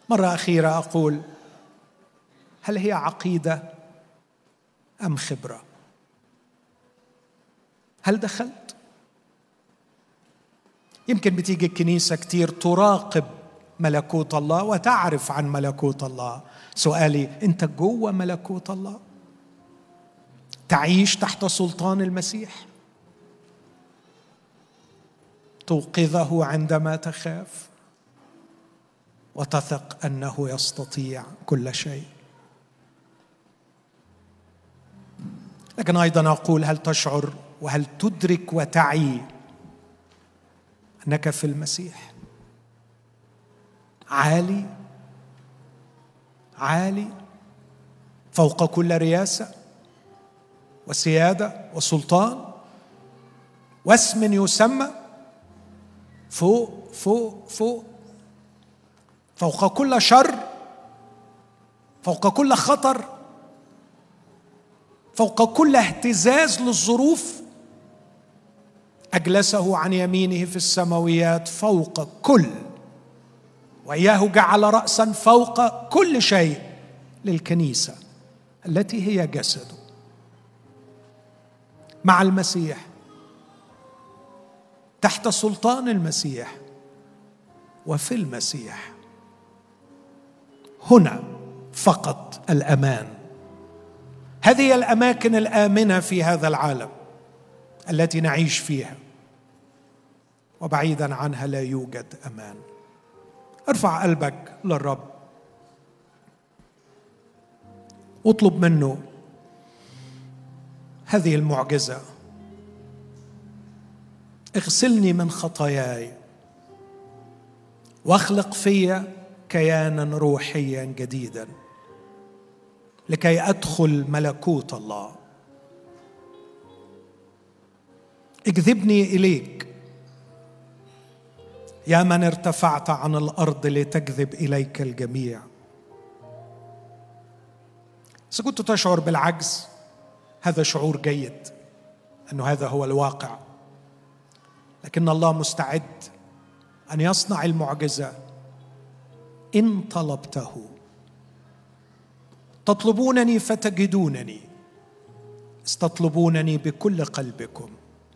مرة أخيرة أقول: هل هي عقيدة أم خبرة؟ هل دخلت؟ يمكن بتيجي الكنيسة كتير تراقب ملكوت الله وتعرف عن ملكوت الله. سؤالي: أنت جوه ملكوت الله؟ تعيش تحت سلطان المسيح؟ توقظه عندما تخاف وتثق أنه يستطيع كل شيء. لكن أيضا أقول: هل تشعر وهل تدرك وتعي أنك في المسيح؟ عالي عالي فوق كل رياسة وسيادة وسلطان واسم يسمى، فوق فوق فوق فوق كل شر، فوق كل خطر، فوق كل اهتزاز للظروف. أجلسه عن يمينه في السماويات فوق كل، وإياه جعل رأسا فوق كل شيء للكنيسة التي هي جسده. مع المسيح، تحت سلطان المسيح وفي المسيح. هنا فقط الأمان. هذه الأماكن الآمنة في هذا العالم التي نعيش فيها، وبعيدا عنها لا يوجد أمان. ارفع قلبك للرب واطلب منه هذه المعجزة: اغسلني من خطاياي واخلق في كيانا روحيا جديدا لكي أدخل ملكوت الله. اجذبني إليك يا من ارتفعت عن الأرض لتجذب إليك الجميع. إذا كنت تشعر بالعجز، هذا شعور جيد أنه هذا هو الواقع، لكن الله مستعد أن يصنع المعجزة إن طلبته. تطلبونني فتجدونني، استطلبونني بكل قلبكم.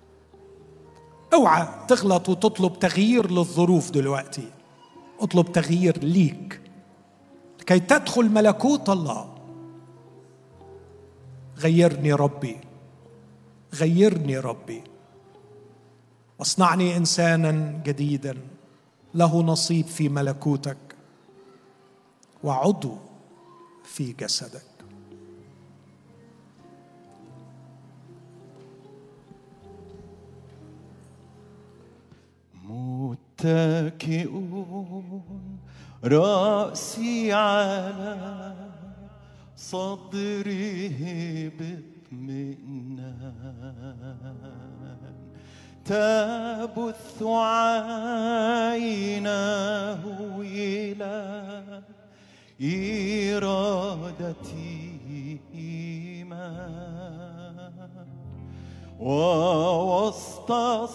اوعى تغلط وتطلب تغيير للظروف دلوقتي، اطلب تغيير ليك لكي تدخل ملكوت الله. غيرني ربي، غيرني ربي، واصنعني إنسانا جديدا له نصيب في ملكوتك وعضو في جسدك. متكئون رأسي على صدره باطمئنان، تبث عيناه إلى إرادتي إيمان، ووسط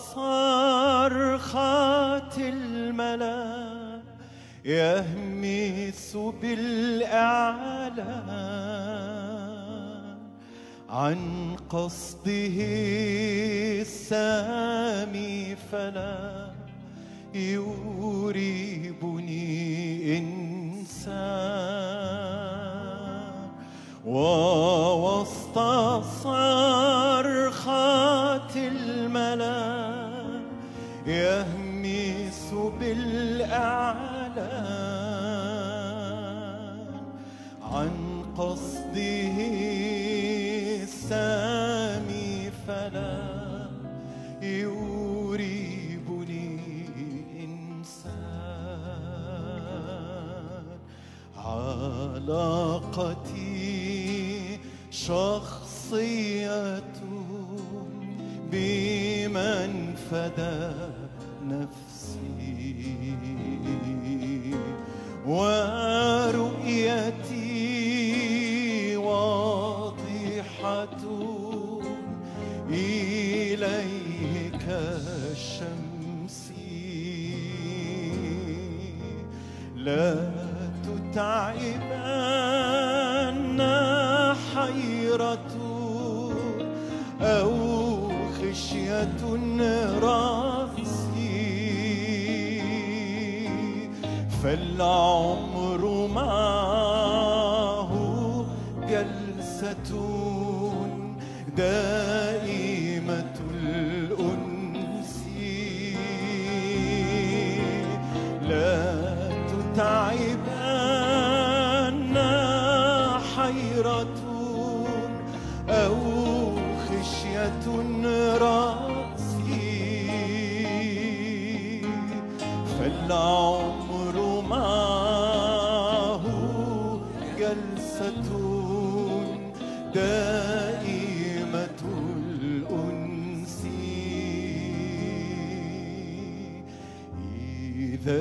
صرخات الملا يهمس بالإعلان عن قصده السامي، فلا يريبني إنسان. ووسط صرخات الملا يهمس بالأعلان عن قصده السامي، فلا يريبني إنسان. علاقتي شخصية بمن فدى نفسي، ورؤيتي واضحة إليك الشمس، لا تتعبنا حيرة أو خشية رأسي، فالعمر معه جلسة دائمة الأنس، لا تتعبنا حيرة أو خشية رأسي، فالعمر معه جلسة دائمة الأنس، إذا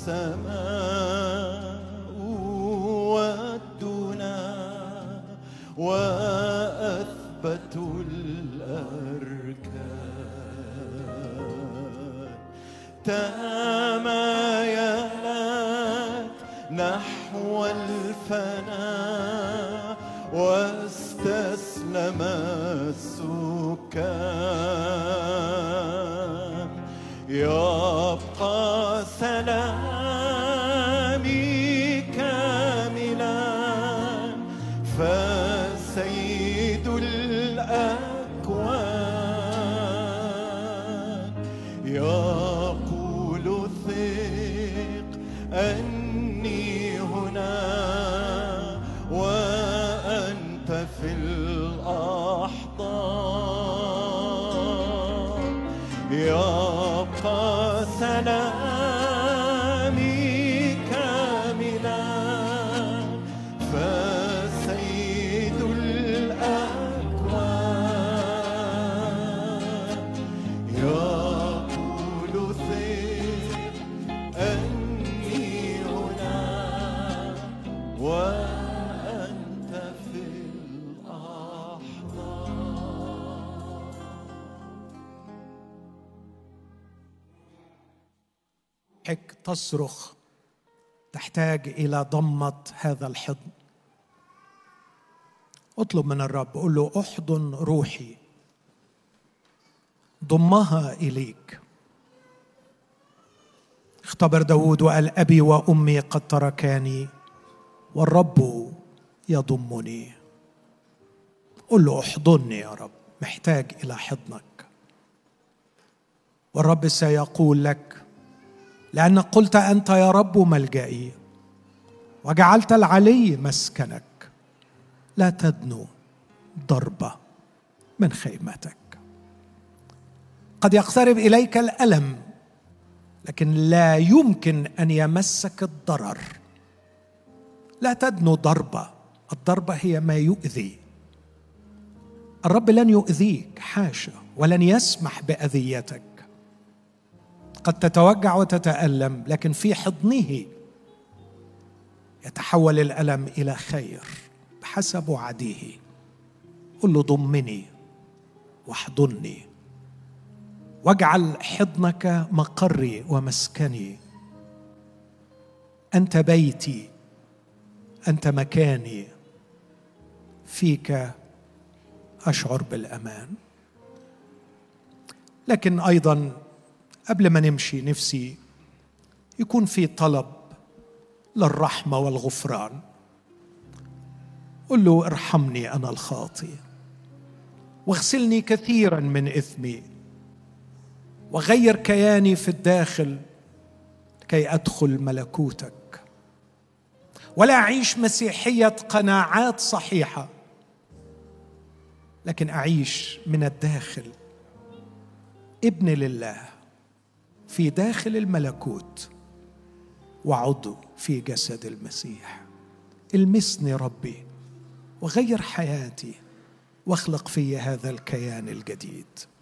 السماء والدنا وأثبت الأركان تمايلت نحو الفناء واستسلم السكان، يبقى سلامي كاملا فسيد الأكوان يقول ثق أني هنا وأنت في الأحضان، يبقى سلامي كاملا فسيد الأكوان يقول ثق أني هنا وأنت في الأحضان. حك تصرخ تحتاج إلى ضمة هذا الحضن. اطلب من الرب، قل له احضن روحي، ضمها إليك. اختبر داود وقال أبي وأمي قد تركاني والرب يضمني. قل له احضنني يا رب، محتاج إلى حضنك. والرب سيقول لك لأنك قلت أنت يا رب ملجئي وجعلت العلي مسكنك، لا تدنو ضربة من خيمتك. قد يقترب إليك الألم لكن لا يمكن أن يمسك الضرر. لا تدنو ضربة، الضربة هي ما يؤذي. الرب لن يؤذيك، حاشا، ولن يسمح بأذيتك. قد تتوجع وتتألم لكن في حضنه يتحول الألم إلى خير بحسب وعده. قل له ضمني واحضني واجعل حضنك مقري ومسكني. أنت بيتي، أنت مكاني، فيك أشعر بالأمان. لكن أيضا قبل ما نمشي نفسي يكون في طلب للرحمة والغفران. قل له ارحمني أنا الخاطئ واغسلني كثيرا من إثمي وغير كياني في الداخل كي أدخل ملكوتك، ولا أعيش مسيحية قناعات صحيحة لكن أعيش من الداخل ابن لله في داخل الملكوت وعضو في جسد المسيح. المسني ربي وغير حياتي واخلق في هذا الكيان الجديد.